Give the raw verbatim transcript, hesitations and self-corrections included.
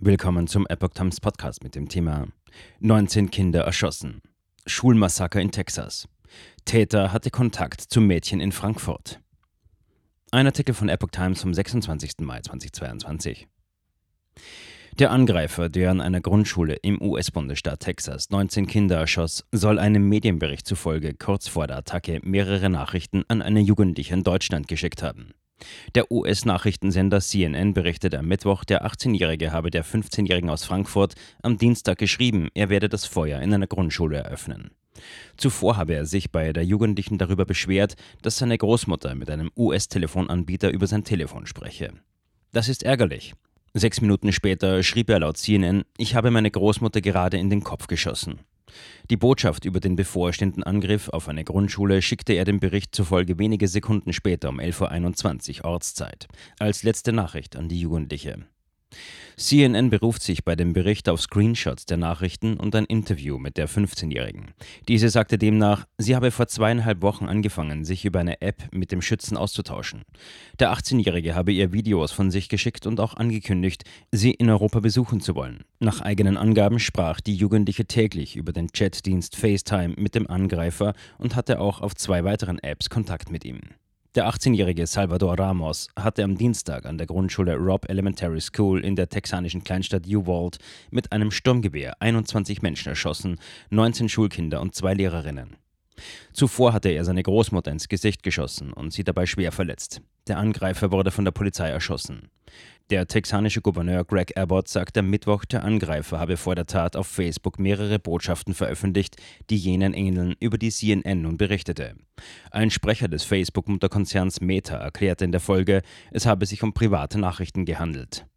Willkommen zum Epoch Times Podcast mit dem Thema neunzehn Kinder erschossen. Schulmassaker in Texas. Täter hatte Kontakt zum Mädchen in Frankfurt. Ein Artikel von Epoch Times vom sechsundzwanzigsten Mai zweitausendzweiundzwanzig. Der Angreifer, der an einer Grundschule im U S-Bundesstaat Texas neunzehn Kinder erschoss, soll einem Medienbericht zufolge kurz vor der Attacke mehrere Nachrichten an eine Jugendliche in Deutschland geschickt haben. Der U S-Nachrichtensender C N N berichtete am Mittwoch, der achtzehnjährige habe der fünfzehnjährigen aus Frankfurt am Dienstag geschrieben, er werde das Feuer in einer Grundschule eröffnen. Zuvor habe er sich bei der Jugendlichen darüber beschwert, dass seine Großmutter mit einem U S-Telefonanbieter über sein Telefon spreche. Das ist ärgerlich. Sechs Minuten später schrieb er laut C N N, ich habe meine Großmutter gerade in den Kopf geschossen. Die Botschaft über den bevorstehenden Angriff auf eine Grundschule schickte er dem Bericht zufolge wenige Sekunden später um elf Uhr einundzwanzig Ortszeit, als letzte Nachricht an die Jugendliche. C N N beruft sich bei dem Bericht auf Screenshots der Nachrichten und ein Interview mit der fünfzehnjährigen. Diese sagte demnach, sie habe vor zweieinhalb Wochen angefangen, sich über eine App mit dem Schützen auszutauschen. Der achtzehnjährige habe ihr Videos von sich geschickt und auch angekündigt, sie in Europa besuchen zu wollen. Nach eigenen Angaben sprach die Jugendliche täglich über den Chatdienst FaceTime mit dem Angreifer und hatte auch auf zwei weiteren Apps Kontakt mit ihm. Der achtzehnjährige Salvador Ramos hatte am Dienstag an der Grundschule Robb Elementary School in der texanischen Kleinstadt Uvalde mit einem Sturmgewehr einundzwanzig Menschen erschossen, neunzehn Schulkinder und zwei Lehrerinnen. Zuvor hatte er seine Großmutter ins Gesicht geschossen und sie dabei schwer verletzt. Der Angreifer wurde von der Polizei erschossen. Der texanische Gouverneur Greg Abbott sagte am Mittwoch, der Angreifer habe vor der Tat auf Facebook mehrere Botschaften veröffentlicht, die jenen ähneln, über die C N N nun berichtete. Ein Sprecher des Facebook-Mutterkonzerns Meta erklärte in der Folge, es habe sich um private Nachrichten gehandelt.